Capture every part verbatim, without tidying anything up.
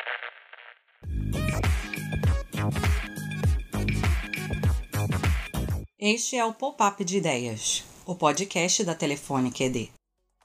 Este é o Pop-up de Ideias, o podcast da Telefônica E D.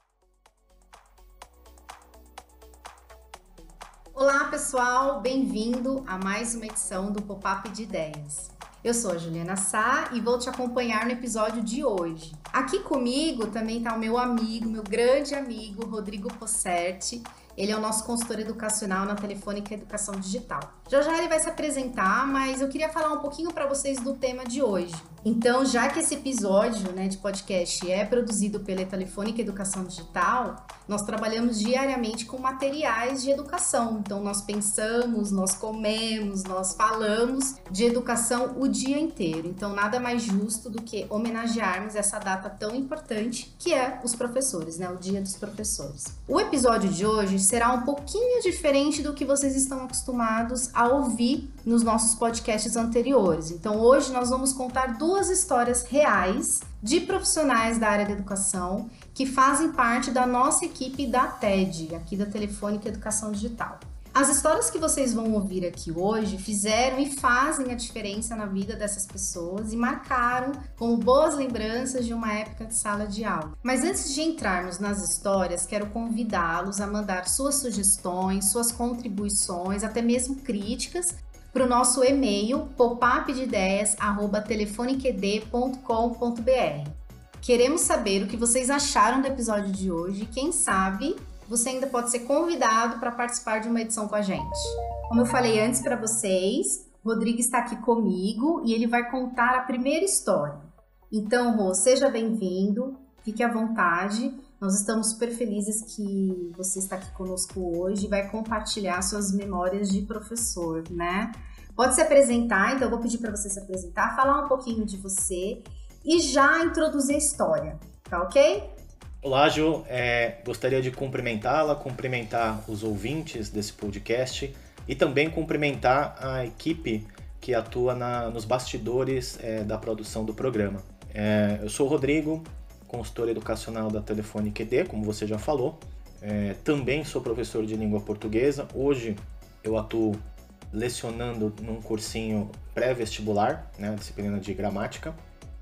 Olá pessoal, bem-vindo a mais uma edição do Pop-up de Ideias. Eu sou a Juliana Sá e vou te acompanhar no episódio de hoje. Aqui comigo também está o meu amigo, meu grande amigo, Rodrigo Posserti. Ele é o nosso consultor educacional na Telefônica Educação Digital. Já já ele vai se apresentar, mas eu queria falar um pouquinho para vocês do tema de hoje. Então, já que esse episódio, né, de podcast é produzido pela Telefônica Educação Digital, nós trabalhamos diariamente com materiais de educação. Então, nós pensamos, nós comemos, nós falamos de educação o dia inteiro. Então, nada mais justo do que homenagearmos essa data tão importante que é os professores, né, o Dia dos Professores. O episódio de hoje será um pouquinho diferente do que vocês estão acostumados a ouvir nos nossos podcasts anteriores. Então, hoje nós vamos contar duas histórias reais de profissionais da área da educação que fazem parte da nossa equipe da T E D, aqui da Telefônica Educação Digital. As histórias que vocês vão ouvir aqui hoje fizeram e fazem a diferença na vida dessas pessoas e marcaram como boas lembranças de uma época de sala de aula. Mas antes de entrarmos nas histórias, quero convidá-los a mandar suas sugestões, suas contribuições, até mesmo críticas, para o nosso e-mail popupdeideias arroba telefoniqued ponto com ponto br. Queremos saber o que vocês acharam do episódio de hoje e quem sabe você ainda pode ser convidado para participar de uma edição com a gente. Como eu falei antes para vocês, o Rodrigo está aqui comigo e ele vai contar a primeira história. Então, Rô, seja bem-vindo, fique à vontade. Nós estamos super felizes que você está aqui conosco hoje e vai compartilhar suas memórias de professor, né? Pode se apresentar, então eu vou pedir para você se apresentar, falar um pouquinho de você e já introduzir a história, tá ok? Olá, Ju. É, gostaria de cumprimentá-la, cumprimentar os ouvintes desse podcast e também cumprimentar a equipe que atua na, nos bastidores é, da produção do programa. É, eu sou o Rodrigo, consultor educacional da Telefônica E D, como você já falou. É, também sou professor de língua portuguesa. Hoje eu atuo lecionando num cursinho pré-vestibular, né, disciplina de gramática.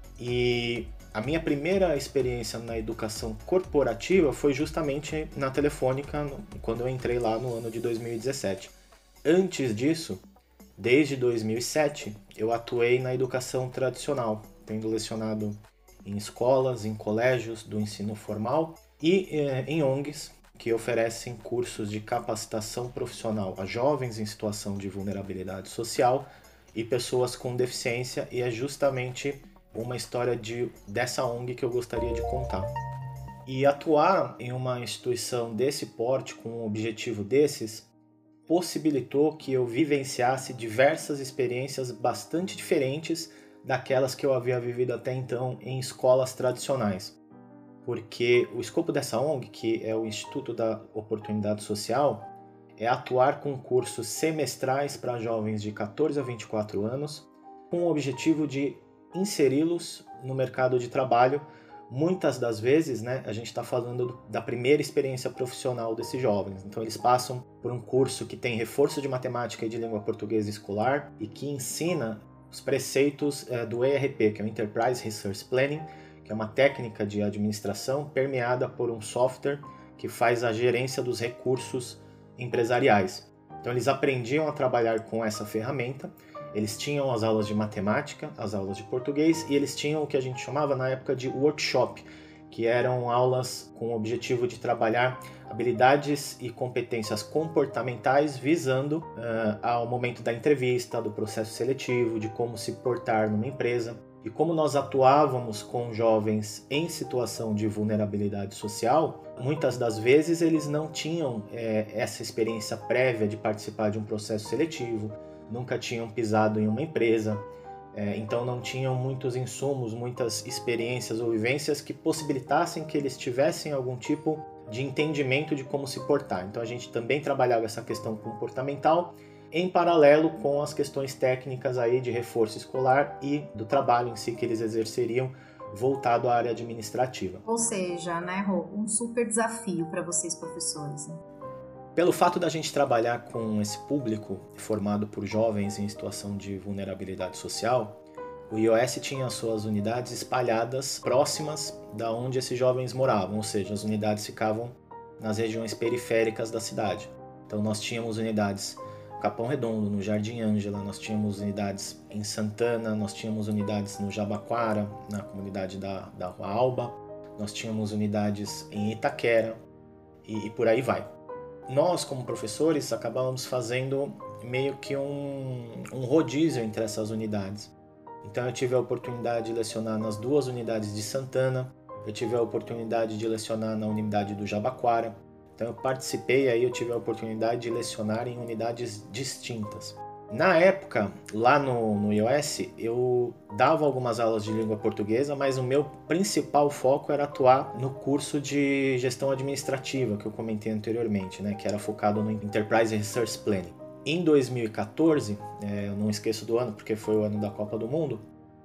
E a minha primeira experiência na educação corporativa foi justamente na Telefônica, quando eu entrei lá no ano de dois mil e dezessete. Antes disso, desde dois mil e sete, eu atuei na educação tradicional, tendo lecionado em escolas, em colégios do ensino formal e eh, em O N Gs que oferecem cursos de capacitação profissional a jovens em situação de vulnerabilidade social e pessoas com deficiência, e é justamente uma história de, dessa O N G que eu gostaria de contar. E atuar em uma instituição desse porte, com um objetivo desses, possibilitou que eu vivenciasse diversas experiências bastante diferentes daquelas que eu havia vivido até então em escolas tradicionais. Porque o escopo dessa O N G, que é o Instituto da Oportunidade Social, é atuar com cursos semestrais para jovens de catorze a vinte e quatro anos, com o objetivo de inseri-los no mercado de trabalho. Muitas das vezes, né, a gente está falando da primeira experiência profissional desses jovens. Então eles passam por um curso que tem reforço de matemática e de língua portuguesa escolar e que ensina os preceitos é, do E R P, que é o Enterprise Resource Planning, que é uma técnica de administração permeada por um software que faz a gerência dos recursos empresariais. Então eles aprendiam a trabalhar com essa ferramenta, eles tinham as aulas de matemática, as aulas de português e eles tinham o que a gente chamava na época de workshop, que eram aulas com o objetivo de trabalhar habilidades e competências comportamentais visando uh, ao momento da entrevista, do processo seletivo, de como se portar numa empresa. E como nós atuávamos com jovens em situação de vulnerabilidade social, muitas das vezes eles não tinham é, essa experiência prévia de participar de um processo seletivo, nunca tinham pisado em uma empresa, é, então não tinham muitos insumos, muitas experiências ou vivências que possibilitassem que eles tivessem algum tipo de entendimento de como se portar. Então a gente também trabalhava essa questão comportamental em paralelo com as questões técnicas aí de reforço escolar e do trabalho em si que eles exerceriam voltado à área administrativa. Ou seja, né, Rô, um super desafio para vocês professores, né? Pelo fato da gente trabalhar com esse público formado por jovens em situação de vulnerabilidade social, o I O S tinha suas unidades espalhadas próximas da onde esses jovens moravam, ou seja, as unidades ficavam nas regiões periféricas da cidade. Então nós tínhamos unidades no Capão Redondo, no Jardim Ângela, nós tínhamos unidades em Santana, nós tínhamos unidades no Jabaquara, na comunidade da, da Rua Alba, nós tínhamos unidades em Itaquera e, e por aí vai. Nós, como professores, acabávamos fazendo meio que um, um rodízio entre essas unidades. Então eu tive a oportunidade de lecionar nas duas unidades de Santana, eu tive a oportunidade de lecionar na unidade do Jabaquara. Então eu participei, aí eu tive a oportunidade de lecionar em unidades distintas. Na época, lá no, no I O S, eu dava algumas aulas de língua portuguesa, mas o meu principal foco era atuar no curso de gestão administrativa, que eu comentei anteriormente, né, que era focado no Enterprise Resource Planning. Em dois mil e quatorze, é, eu não esqueço do ano, porque foi o ano da Copa do Mundo,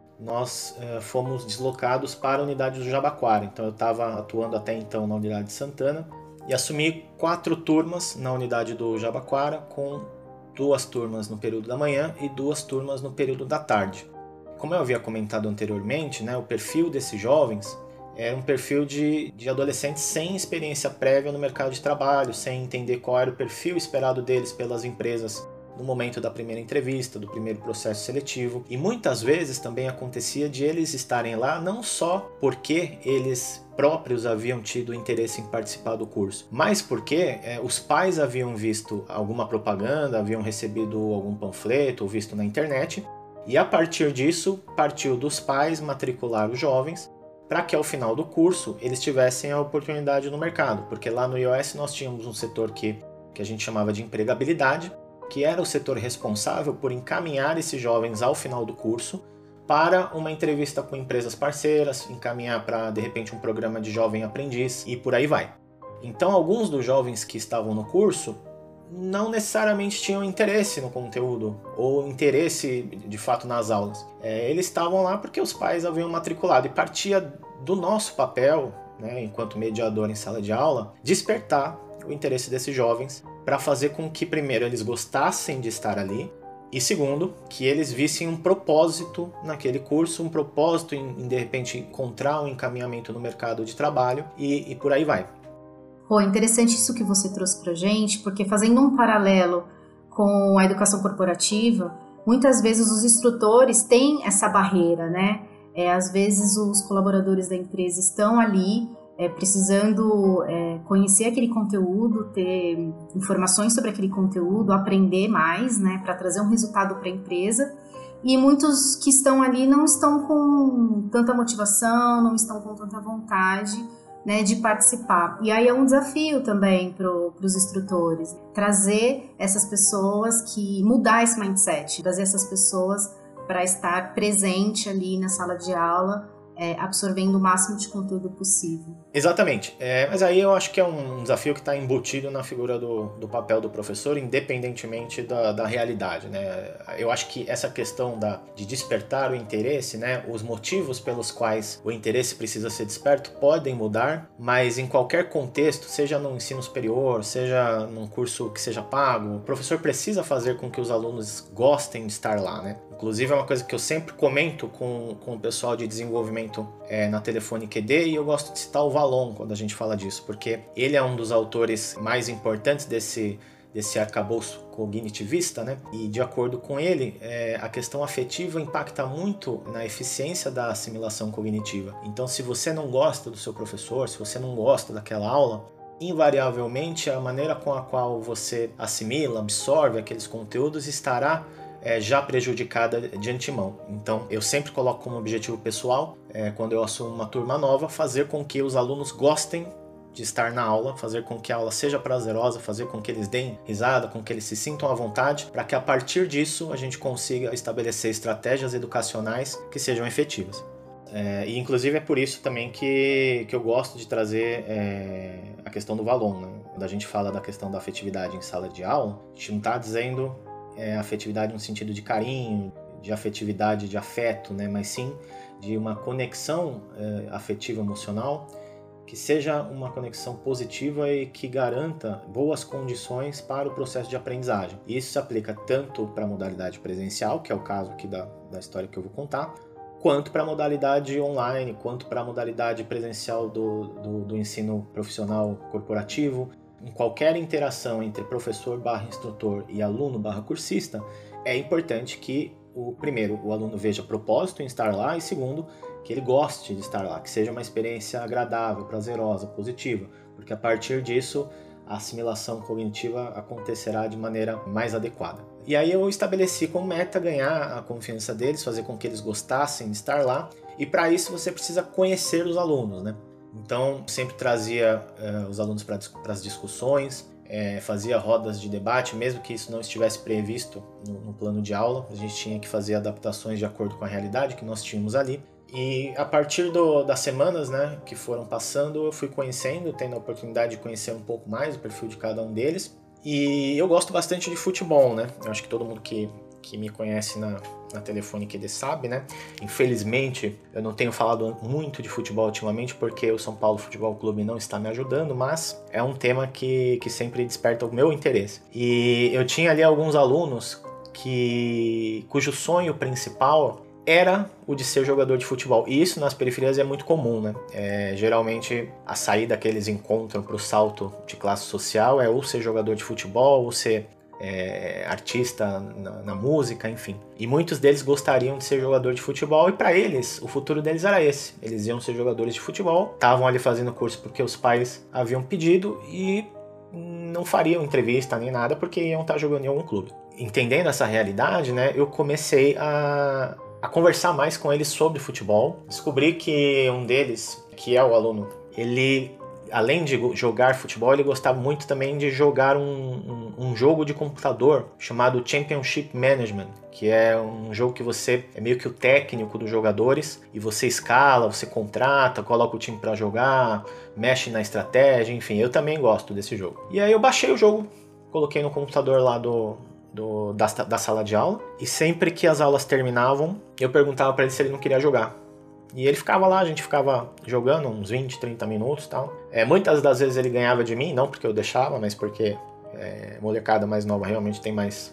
nós é, fomos deslocados para a unidade do Jabaquara. Então eu estava atuando até então na unidade de Santana e assumi quatro turmas na unidade do Jabaquara, com duas turmas no período da manhã e duas turmas no período da tarde. Como eu havia comentado anteriormente, né, o perfil desses jovens era um perfil de, de adolescentes sem experiência prévia no mercado de trabalho, sem entender qual era o perfil esperado deles pelas empresas no momento da primeira entrevista, do primeiro processo seletivo. E muitas vezes também acontecia de eles estarem lá não só porque eles próprios haviam tido interesse em participar do curso, mas porque é, os pais haviam visto alguma propaganda, haviam recebido algum panfleto ou visto na internet, e a partir disso partiu dos pais matricular os jovens para que ao final do curso eles tivessem a oportunidade no mercado, porque lá no I O S nós tínhamos um setor que, que a gente chamava de empregabilidade, que era o setor responsável por encaminhar esses jovens ao final do curso para uma entrevista com empresas parceiras, encaminhar para, de repente, um programa de jovem aprendiz e por aí vai. Então, alguns dos jovens que estavam no curso não necessariamente tinham interesse no conteúdo ou interesse, de fato, nas aulas. É, eles estavam lá porque os pais haviam matriculado e partia do nosso papel, né, enquanto mediador em sala de aula, despertar o interesse desses jovens para fazer com que, primeiro, eles gostassem de estar ali, e segundo, que eles vissem um propósito naquele curso, um propósito em, em de repente, encontrar um encaminhamento no mercado de trabalho e, e por aí vai. Pô, interessante isso que você trouxe pra gente, porque fazendo um paralelo com a educação corporativa, muitas vezes os instrutores têm essa barreira, né? É, às vezes os colaboradores da empresa estão ali É, precisando é, conhecer aquele conteúdo, ter informações sobre aquele conteúdo, aprender mais, né, para trazer um resultado para a empresa. E muitos que estão ali não estão com tanta motivação, não estão com tanta vontade, né, de participar. E aí é um desafio também para os instrutores, trazer essas pessoas, que mudar esse mindset, trazer essas pessoas para estar presente ali na sala de aula, É, absorvendo o máximo de conteúdo possível. Exatamente, é, mas aí eu acho que é um desafio que está embutido na figura do, do papel do professor, independentemente da, da realidade, né? Eu acho que essa questão da, de despertar o interesse, né, os motivos pelos quais o interesse precisa ser desperto podem mudar, mas em qualquer contexto, seja no ensino superior, seja num curso que seja pago, o professor precisa fazer com que os alunos gostem de estar lá, né? Inclusive é uma coisa que eu sempre comento com, com o pessoal de desenvolvimento é, na Telefone Q D, e eu gosto de citar o Valon quando a gente fala disso, porque ele é um dos autores mais importantes desse, desse arcabouço cognitivista, né? E de acordo com ele, é, a questão afetiva impacta muito na eficiência da assimilação cognitiva. Então, se você não gosta do seu professor, se você não gosta daquela aula, invariavelmente a maneira com a qual você assimila, absorve aqueles conteúdos estará É, já prejudicada de antemão. Então, eu sempre coloco como objetivo pessoal, é, quando eu assumo uma turma nova, fazer com que os alunos gostem de estar na aula, fazer com que a aula seja prazerosa, fazer com que eles deem risada, com que eles se sintam à vontade, para que a partir disso a gente consiga estabelecer estratégias educacionais que sejam efetivas. É, e inclusive é por isso também que, que eu gosto de trazer é, a questão do Valon, né? Quando a gente fala da questão da afetividade em sala de aula, a gente não está dizendo É, afetividade no sentido de carinho, de afetividade, de afeto, né? Mas sim de uma conexão é, afetiva emocional que seja uma conexão positiva e que garanta boas condições para o processo de aprendizagem. Isso se aplica tanto para a modalidade presencial, que é o caso aqui da, da história que eu vou contar, quanto para a modalidade online, quanto para a modalidade presencial do, do, do ensino profissional corporativo. Em qualquer interação entre professor barra instrutor e aluno barra cursista, é importante que, o primeiro, o aluno veja propósito em estar lá, e segundo, que ele goste de estar lá, que seja uma experiência agradável, prazerosa, positiva, porque a partir disso a assimilação cognitiva acontecerá de maneira mais adequada. E aí eu estabeleci como meta ganhar a confiança deles, fazer com que eles gostassem de estar lá, e para isso você precisa conhecer os alunos, né? Então sempre trazia uh, os alunos para as discussões, é, fazia rodas de debate, mesmo que isso não estivesse previsto no, no plano de aula, a gente tinha que fazer adaptações de acordo com a realidade que nós tínhamos ali. E a partir do, das semanas, né, que foram passando, eu fui conhecendo, tendo a oportunidade de conhecer um pouco mais o perfil de cada um deles. E eu gosto bastante de futebol, né? Eu acho que todo mundo que, que me conhece na, na Telefone Q D sabe, né? Infelizmente, eu não tenho falado muito de futebol ultimamente porque o São Paulo Futebol Clube não está me ajudando, mas é um tema que, que sempre desperta o meu interesse. E eu tinha ali alguns alunos que, cujo sonho principal era o de ser jogador de futebol. E isso nas periferias é muito comum, né? É, geralmente a saída que eles encontram para o salto de classe social é ou ser jogador de futebol, ou ser é, artista na, na música, enfim. E muitos deles gostariam de ser jogador de futebol, e para eles, o futuro deles era esse. Eles iam ser jogadores de futebol, estavam ali fazendo curso porque os pais haviam pedido e não fariam entrevista nem nada porque iam estar jogando em algum clube. Entendendo essa realidade, né, eu comecei a... a conversar mais com eles sobre futebol. Descobri que um deles, que é o aluno, ele, além de jogar futebol, ele gostava muito também de jogar um, um, um jogo de computador chamado Championship Management, que é um jogo que você é meio que o técnico dos jogadores e você escala, você contrata, coloca o time para jogar, mexe na estratégia, enfim, eu também gosto desse jogo. E aí eu baixei o jogo, coloquei no computador lá do... Do, da, da sala de aula, e sempre que as aulas terminavam, eu perguntava para ele se ele não queria jogar. E ele ficava lá, a gente ficava jogando uns vinte, trinta minutos e tal. É, muitas das vezes ele ganhava de mim, não porque eu deixava, mas porque é, molecada mais nova realmente tem mais,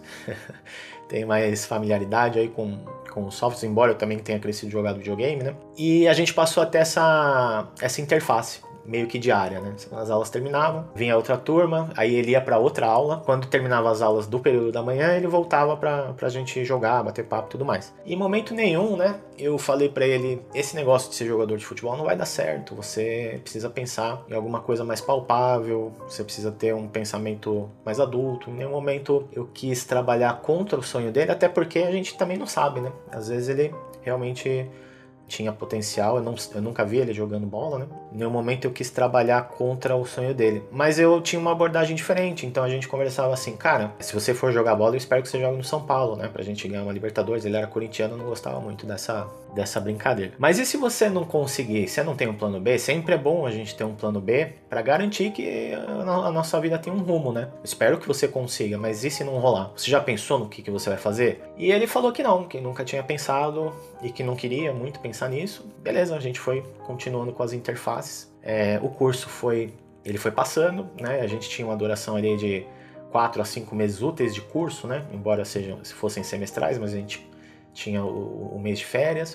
tem mais familiaridade aí com, com os softwares, embora eu também tenha crescido jogado videogame, né? E a gente passou até essa, essa interface meio que diária, né? As aulas terminavam, vinha outra turma, aí ele ia para outra aula. Quando terminava as aulas do período da manhã, ele voltava pra, pra gente jogar, bater papo e tudo mais. E em momento nenhum, né, eu falei pra ele, esse negócio de ser jogador de futebol não vai dar certo, você precisa pensar em alguma coisa mais palpável, você precisa ter um pensamento mais adulto. Em nenhum momento eu quis trabalhar contra o sonho dele, até porque a gente também não sabe, né? Às vezes ele realmente tinha potencial, eu, não, eu nunca vi ele jogando bola, né? Em nenhum momento eu quis trabalhar contra o sonho dele. Mas eu tinha uma abordagem diferente, então a gente conversava assim, cara, se você for jogar bola, eu espero que você jogue no São Paulo, né? Pra gente ganhar uma Libertadores. Ele era corintiano, não gostava muito dessa, dessa brincadeira. Mas e se você não conseguir, você não tem um plano B? Sempre é bom a gente ter um plano B pra garantir que a, a nossa vida tem um rumo, né? Espero que você consiga, mas e se não rolar? Você já pensou no que, que você vai fazer? E ele falou que não, que nunca tinha pensado e que não queria muito pensar nisso. Beleza, a gente foi continuando com as interfaces. É, o curso foi, ele foi passando, né? A gente tinha uma duração ali de quatro a cinco meses úteis de curso, né? Embora sejam, se fossem semestrais, mas a gente tinha o, o mês de férias.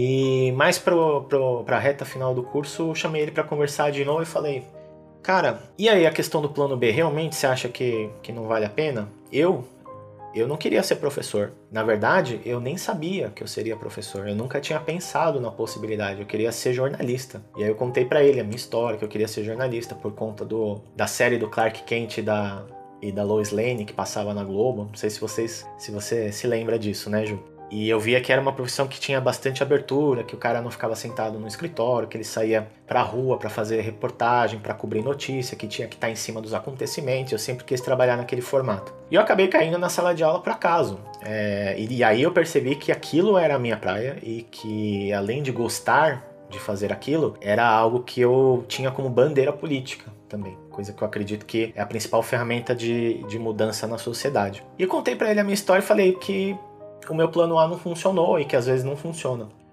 E mais para a reta final do curso, eu chamei ele para conversar de novo e falei, cara, e aí a questão do plano B, realmente você acha que, que não vale a pena? Eu... Eu não queria ser professor. Na verdade, eu nem sabia que eu seria professor. Eu nunca tinha pensado na possibilidade. Eu queria ser jornalista. E aí eu contei pra ele a minha história, que eu queria ser jornalista por conta do, da série do Clark Kent e da, e da Lois Lane que passava na Globo. Não sei se, vocês, se você se lembra disso, né, Ju? E eu via que era uma profissão que tinha bastante abertura, que o cara não ficava sentado no escritório, que ele saía pra rua pra fazer reportagem, pra cobrir notícia, que tinha que estar em cima dos acontecimentos. Eu sempre quis trabalhar naquele formato. E eu acabei caindo na sala de aula por acaso. É, e aí eu percebi que aquilo era a minha praia e que, além de gostar de fazer aquilo, era algo que eu tinha como bandeira política também. Coisa que eu acredito que é a principal ferramenta de, de mudança na sociedade. E eu contei pra ele a minha história e falei que o meu plano A não funcionou e que às vezes não funciona.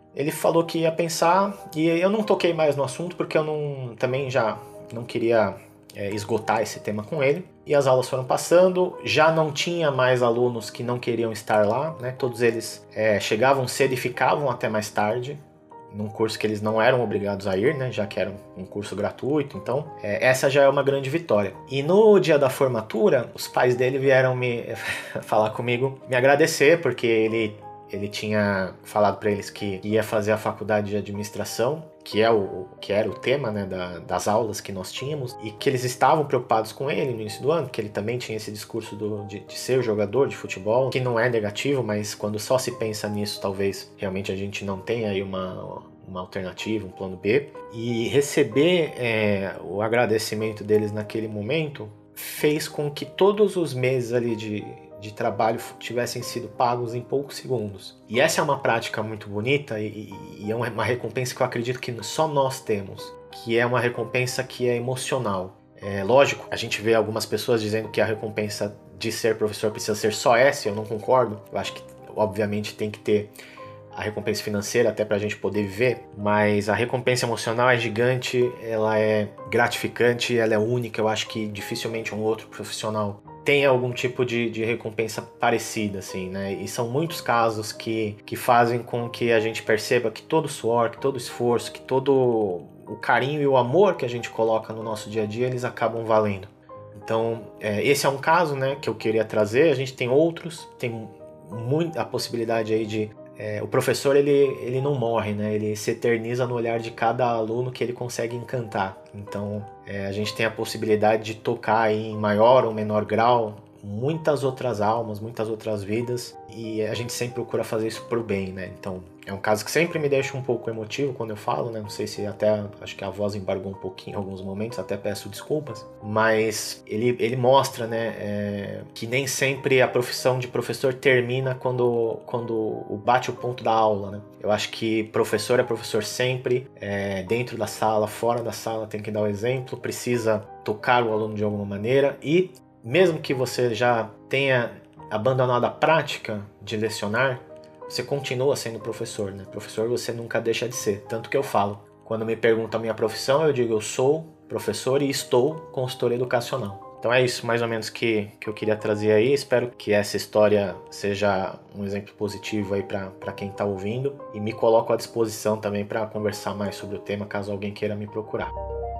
Ele falou que ia pensar, e eu não toquei mais no assunto porque eu não, também já não queria é, esgotar esse tema com ele. E as aulas foram passando, já não tinha mais alunos que não queriam estar lá, né? Todos eles é, chegavam cedo e ficavam até mais tarde, num curso que eles não eram obrigados a ir, né? Já que era um curso gratuito, então é, essa já é uma grande vitória. E no dia da formatura, os pais dele vieram me falar comigo, me agradecer, porque ele... Ele tinha falado para eles que ia fazer a faculdade de administração, que, é o, que era o tema, né, da, das aulas que nós tínhamos, e que eles estavam preocupados com ele no início do ano, que ele também tinha esse discurso do, de, de ser jogador de futebol, que não é negativo, mas quando só se pensa nisso, talvez realmente a gente não tenha aí uma, uma alternativa, um plano B. E receber é, o agradecimento deles naquele momento fez com que todos os meses ali de... de trabalho tivessem sido pagos em poucos segundos. E essa é uma prática muito bonita e, e é uma recompensa que eu acredito que só nós temos, que é uma recompensa que é emocional. É lógico, a gente vê algumas pessoas dizendo que a recompensa de ser professor precisa ser só essa, eu não concordo. Eu acho que, obviamente, tem que ter a recompensa financeira até para a gente poder viver, mas a recompensa emocional é gigante, ela é gratificante, ela é única. Eu acho que dificilmente um outro profissional tem algum tipo de, de recompensa parecida, assim, né? E são muitos casos que, que fazem com que a gente perceba que todo suor, que todo esforço, que todo o carinho e o amor que a gente coloca no nosso dia a dia, eles acabam valendo. Então, é, esse é um caso, né, que eu queria trazer. A gente tem outros, tem muita a possibilidade aí de... É, o professor, ele, ele não morre, né? Ele se eterniza no olhar de cada aluno que ele consegue encantar. Então, é, a gente tem a possibilidade de tocar aí em maior ou menor grau muitas outras almas, muitas outras vidas, e a gente sempre procura fazer isso pro bem, né? Então, é um caso que sempre me deixa um pouco emotivo quando eu falo, né? Não sei se até, acho que a voz embargou um pouquinho em alguns momentos, até peço desculpas, mas ele, ele mostra, né, é, que nem sempre a profissão de professor termina quando, quando bate o ponto da aula, né? Eu acho que professor é professor sempre, é, dentro da sala, fora da sala, tem que dar o exemplo, precisa tocar o aluno de alguma maneira, e mesmo que você já tenha abandonado a prática de lecionar, você continua sendo professor, né? Professor você nunca deixa de ser. Tanto que eu falo, quando me perguntam a minha profissão, eu digo eu sou professor e estou consultor educacional. Então é isso mais ou menos que, que eu queria trazer aí. Espero que essa história seja um exemplo positivo aí para quem está ouvindo. E me coloco à disposição também para conversar mais sobre o tema, caso alguém queira me procurar.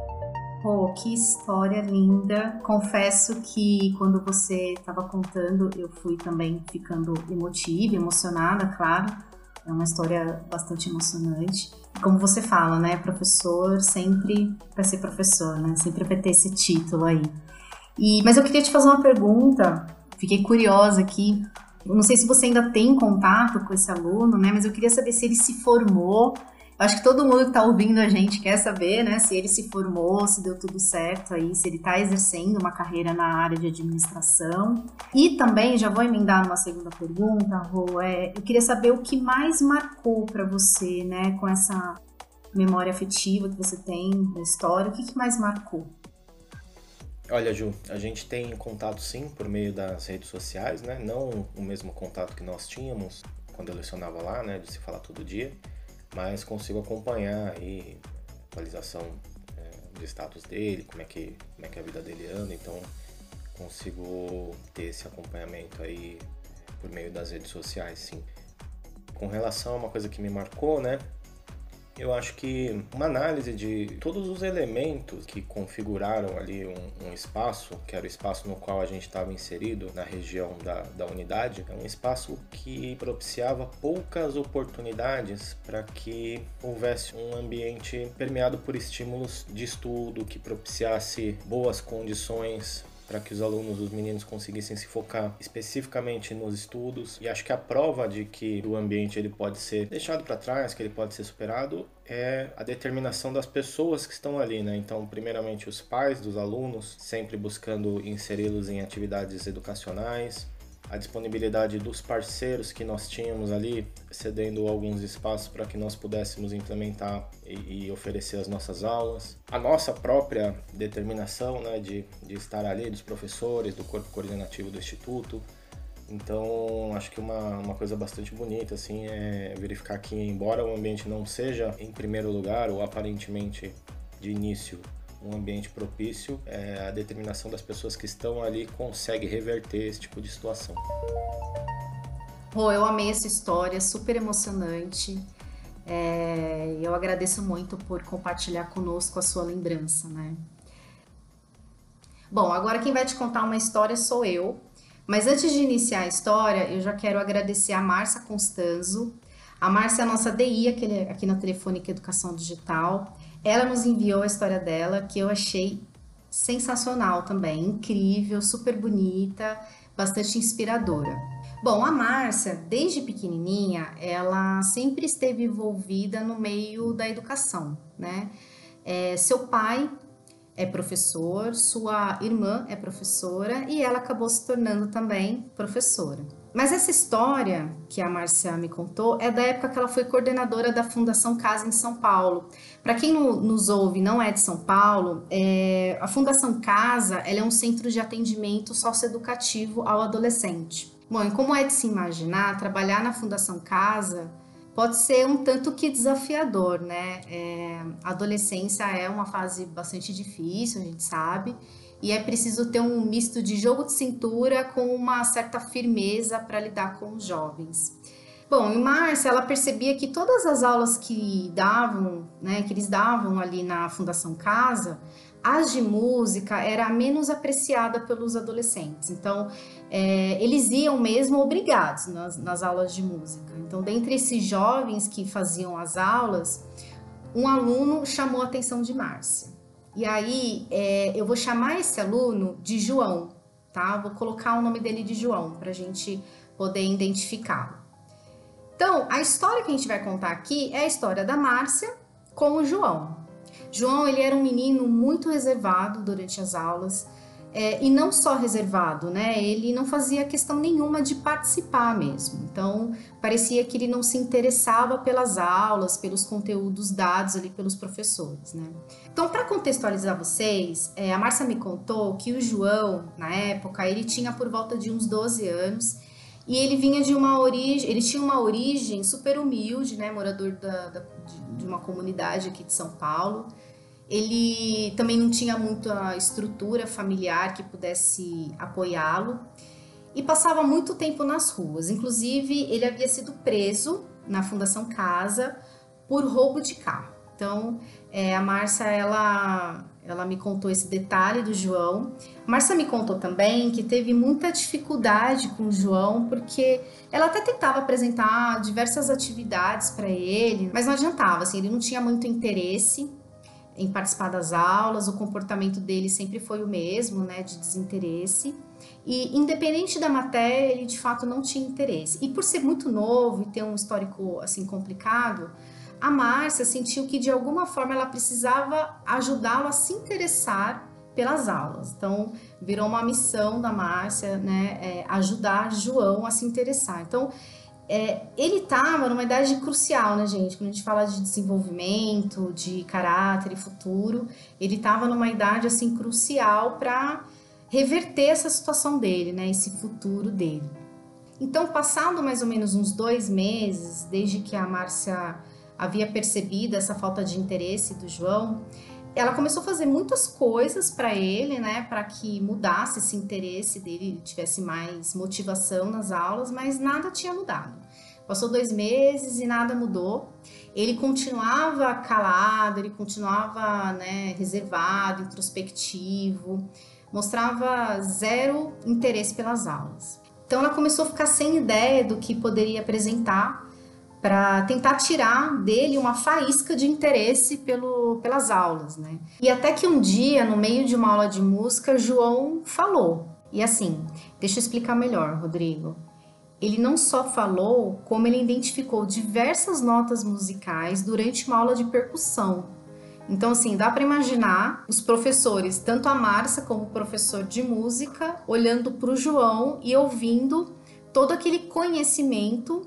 Pô, que história linda. Confesso que quando você estava contando, eu fui também ficando emotiva, emocionada, claro. É uma história bastante emocionante. Como você fala, né? Professor sempre vai ser professor, né? Sempre vai ter esse título aí. E, mas eu queria te fazer uma pergunta. Fiquei curiosa aqui. Eu não sei se você ainda tem contato com esse aluno, né? Mas eu queria saber se ele se formou. Acho que todo mundo que está ouvindo a gente quer saber, né, se ele se formou, se deu tudo certo aí, se ele está exercendo uma carreira na área de administração. E também, já vou emendar numa segunda pergunta, Rô, é, eu queria saber o que mais marcou para você, né, com essa memória afetiva que você tem da história, o que, que mais marcou? Olha, Ju, a gente tem contato sim por meio das redes sociais, né, não o mesmo contato que nós tínhamos quando eu lecionava lá, né, de se falar todo dia, mas consigo acompanhar aí a atualização é, do status dele, como é, que, como é que a vida dele anda, então consigo ter esse acompanhamento aí por meio das redes sociais, sim. Com relação a uma coisa que me marcou, né, eu acho que uma análise de todos os elementos que configuraram ali um, um espaço, que era o espaço no qual a gente estava inserido na região da, da unidade, é um espaço que propiciava poucas oportunidades para que houvesse um ambiente permeado por estímulos de estudo, que propiciasse boas condições para que os alunos, os meninos, conseguissem se focar especificamente nos estudos. E acho que a prova de que o ambiente ele pode ser deixado para trás, que ele pode ser superado, é a determinação das pessoas que estão ali, né? Então, primeiramente, os pais dos alunos, sempre buscando inseri-los em atividades educacionais, a disponibilidade dos parceiros que nós tínhamos ali, cedendo alguns espaços para que nós pudéssemos implementar e, e oferecer as nossas aulas. A nossa própria determinação, né, de, de estar ali, dos professores, do corpo coordenativo do Instituto, Então, acho que uma, uma coisa bastante bonita, assim, é verificar que, embora o ambiente não seja, em primeiro lugar, ou aparentemente de início, um ambiente propício, é, a determinação das pessoas que estão ali consegue reverter esse tipo de situação. Rô, eu amei essa história, super emocionante. É, eu agradeço muito por compartilhar conosco a sua lembrança, né? Bom, agora quem vai te contar uma história sou eu. Mas antes de iniciar a história, eu já quero agradecer a Márcia Constanzo. A Márcia é a nossa D I aqui, aqui na Telefônica Educação Digital. Ela nos enviou a história dela, que eu achei sensacional também, incrível, super bonita, bastante inspiradora. Bom, a Márcia, desde pequenininha, ela sempre esteve envolvida no meio da educação, né? É, seu pai é professor, sua irmã é professora e ela acabou se tornando também professora. Mas essa história que a Márcia me contou é da época que ela foi coordenadora da Fundação Casa em São Paulo. Para quem no, nos ouve não é de São Paulo, é, a Fundação Casa ela é um centro de atendimento socioeducativo ao adolescente. Bom, e como é de se imaginar, trabalhar na Fundação Casa pode ser um tanto que desafiador, né? É, a adolescência é uma fase bastante difícil, a gente sabe, e é preciso ter um misto de jogo de cintura com uma certa firmeza para lidar com os jovens. Bom, em Márcia, ela percebia que todas as aulas que davam, né, que eles davam ali na Fundação Casa, as de música era a menos apreciada pelos adolescentes. Então, é, eles iam mesmo obrigados nas, nas aulas de música. Então, dentre esses jovens que faziam as aulas, um aluno chamou a atenção de Márcia. E aí, é, eu vou chamar esse aluno de João, tá? Vou colocar o nome dele de João, para a gente poder identificá-lo. Então, a história que a gente vai contar aqui é a história da Márcia com o João. João, ele era um menino muito reservado durante as aulas, é, e não só reservado, né? Ele não fazia questão nenhuma de participar mesmo. Então, parecia que ele não se interessava pelas aulas, pelos conteúdos dados ali pelos professores, né? Então, para contextualizar vocês, é, a Márcia me contou que o João, na época, ele tinha por volta de uns doze anos e ele vinha de uma origem, ele tinha uma origem super humilde, né? Morador da, da, de, de uma comunidade aqui de São Paulo. Ele também não tinha muita estrutura familiar que pudesse apoiá-lo e passava muito tempo nas ruas. Inclusive, ele havia sido preso na Fundação Casa por roubo de carro. Então, é, a Márcia, ela, ela me contou esse detalhe do João. A Márcia me contou também que teve muita dificuldade com o João, porque ela até tentava apresentar diversas atividades para ele, mas não adiantava, assim, ele não tinha muito interesse em participar das aulas, o comportamento dele sempre foi o mesmo, né, de desinteresse, e independente da matéria, ele de fato não tinha interesse. E por ser muito novo e ter um histórico assim complicado, a Márcia sentiu que de alguma forma ela precisava ajudá-lo a se interessar pelas aulas. Então, virou uma missão da Márcia, né, é, ajudar João a se interessar. Então, É, ele estava numa idade crucial, né, gente? Quando a gente fala de desenvolvimento, de caráter e futuro, ele estava numa idade, assim, crucial para reverter essa situação dele, né? Esse futuro dele. Então, passado mais ou menos uns dois meses, desde que a Márcia havia percebido essa falta de interesse do João, ela começou a fazer muitas coisas para ele, né, para que mudasse esse interesse dele, ele tivesse mais motivação nas aulas, mas nada tinha mudado. Passou dois meses e nada mudou. Ele continuava calado, ele continuava, né, reservado, introspectivo, mostrava zero interesse pelas aulas. Então ela começou a ficar sem ideia do que poderia apresentar para tentar tirar dele uma faísca de interesse pelo, pelas aulas, né? E até que um dia, no meio de uma aula de música, João falou. E assim, deixa eu explicar melhor, Rodrigo. Ele não só falou, como ele identificou diversas notas musicais durante uma aula de percussão. Então, assim, dá para imaginar os professores, tanto a Márcia como o professor de música, olhando para o João e ouvindo todo aquele conhecimento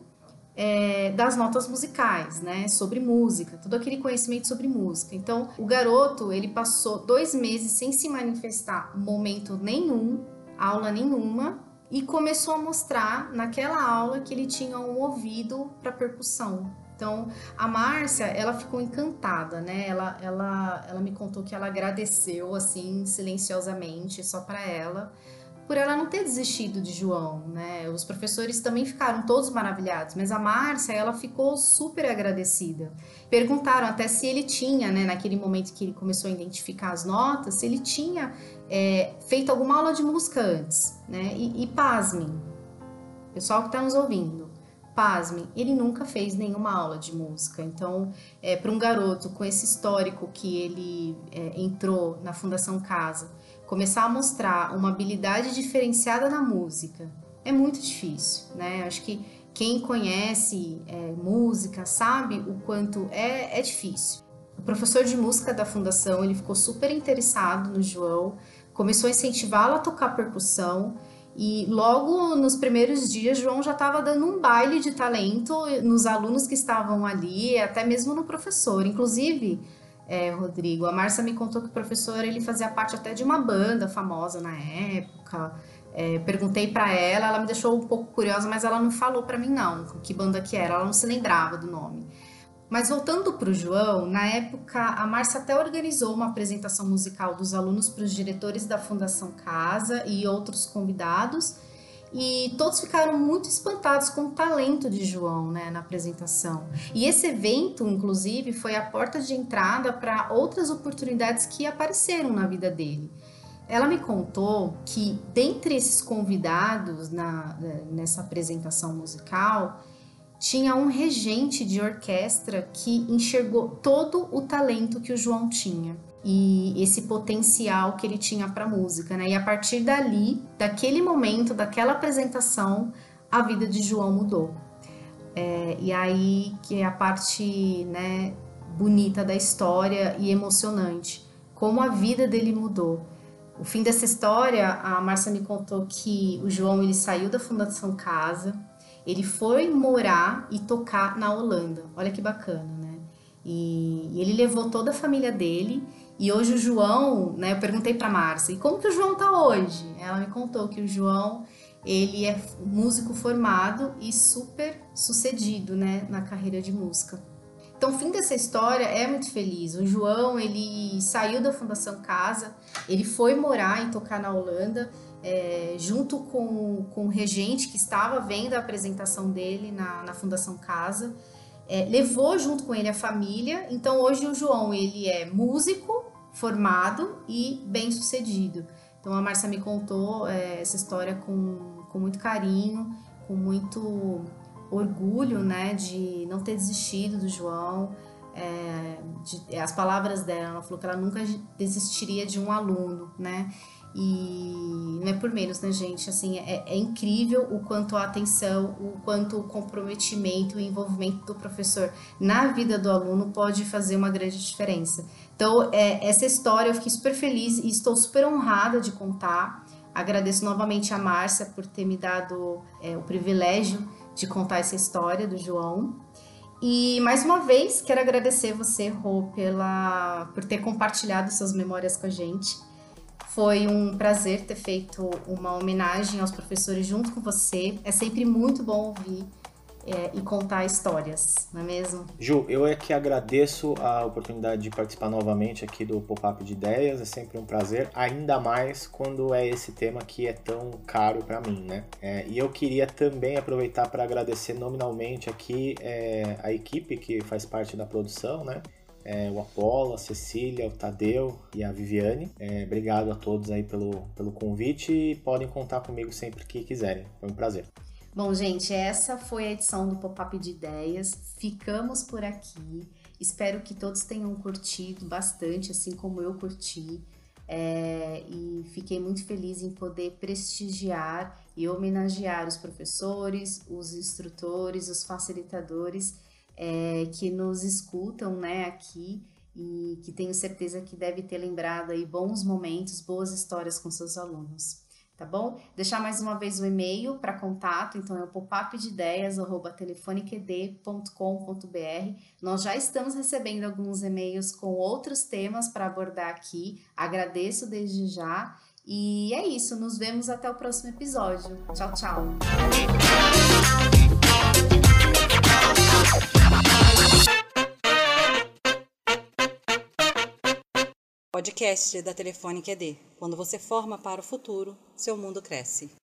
É, das notas musicais, né, sobre música, todo aquele conhecimento sobre música. Então, o garoto, ele passou dois meses sem se manifestar momento nenhum, aula nenhuma, e começou a mostrar naquela aula que ele tinha um ouvido para percussão. Então, a Márcia, ela ficou encantada, né? Ela, ela, ela me contou que ela agradeceu, assim, silenciosamente, só para ela, por ela não ter desistido de João, né? Os professores também ficaram todos maravilhados, mas a Márcia, ela ficou super agradecida. Perguntaram até se ele tinha, né, naquele momento que ele começou a identificar as notas, se ele tinha é, feito alguma aula de música antes, né? E, e pasmem, pessoal que está nos ouvindo, pasmem, ele nunca fez nenhuma aula de música. Então, é, para um garoto com esse histórico que ele é, entrou na Fundação Casa, começar a mostrar uma habilidade diferenciada na música é muito difícil, né? Acho que quem conhece é, música sabe o quanto é, é difícil. O professor de música da Fundação, ele ficou super interessado no João, começou a incentivá-lo a tocar percussão, e logo nos primeiros dias, João já estava dando um baile de talento nos alunos que estavam ali, até mesmo no professor. Inclusive, é, Rodrigo, a Márcia me contou que o professor ele fazia parte até de uma banda famosa na época. É, perguntei para ela, ela me deixou um pouco curiosa, mas ela não falou para mim não que banda que era, ela não se lembrava do nome. Mas voltando para o João, na época a Márcia até organizou uma apresentação musical dos alunos para os diretores da Fundação Casa e outros convidados, e todos ficaram muito espantados com o talento de João, né, na apresentação. E esse evento, inclusive, foi a porta de entrada para outras oportunidades que apareceram na vida dele. Ela me contou que, dentre esses convidados na, nessa apresentação musical, tinha um regente de orquestra que enxergou todo o talento que o João tinha e esse potencial que ele tinha para a música, né? E a partir dali, daquele momento, daquela apresentação, a vida de João mudou. É, e aí que é a parte, né, bonita da história e emocionante, como a vida dele mudou. O fim dessa história, a Márcia me contou que o João ele saiu da Fundação Casa, ele foi morar e tocar na Holanda. Olha que bacana, né? E, e ele levou toda a família dele. E hoje o João, né? Eu perguntei pra Márcia, e como que o João tá hoje? Ela me contou que o João, ele é músico formado e super sucedido, né? Na carreira de música. Então, o fim dessa história é muito feliz. O João, ele saiu da Fundação Casa, ele foi morar e tocar na Holanda, É, junto com, com o regente que estava vendo a apresentação dele na, na Fundação Casa, é, levou junto com ele a família. Então hoje o João ele é músico, formado e bem sucedido. Então a Márcia me contou é, essa história com, com muito carinho, com muito orgulho, né, de não ter desistido do João. É, de, as palavras dela, ela falou que ela nunca desistiria de um aluno, né? E não é por menos, né, gente? Assim, é, é incrível o quanto a atenção, o quanto o comprometimento e o envolvimento do professor na vida do aluno pode fazer uma grande diferença. Então, é, essa história eu fiquei super feliz e estou super honrada de contar. Agradeço novamente a Márcia por ter me dado é, o privilégio de contar essa história do João. E mais uma vez quero agradecer você, Rô, pela, por ter compartilhado suas memórias com a gente. Foi um prazer ter feito uma homenagem aos professores junto com você. É sempre muito bom ouvir é, e contar histórias, não é mesmo? Ju, eu é que agradeço a oportunidade de participar novamente aqui do Pop-Up de Ideias. É sempre um prazer, ainda mais quando é esse tema que é tão caro para mim, né? É, e eu queria também aproveitar para agradecer nominalmente aqui é, a equipe que faz parte da produção, né? É, o Apolo, a Cecília, o Tadeu e a Viviane. É, obrigado a todos aí pelo, pelo convite e podem contar comigo sempre que quiserem. Foi um prazer. Bom, gente, essa foi a edição do Pop-Up de Ideias. Ficamos por aqui. Espero que todos tenham curtido bastante, assim como eu curti. É, e fiquei muito feliz em poder prestigiar e homenagear os professores, os instrutores, os facilitadores É, que nos escutam, né, aqui e que tenho certeza que deve ter lembrado aí bons momentos, boas histórias com seus alunos, tá bom? Deixar mais uma vez o e-mail para contato, então é o popupdeideias arroba telefoneqd ponto com ponto br. Nós já estamos recebendo alguns e-mails com outros temas para abordar aqui, agradeço desde já E é isso, nos vemos até o próximo episódio. Tchau, tchau! Podcast da Telefônica E D. Quando você forma para o futuro, seu mundo cresce.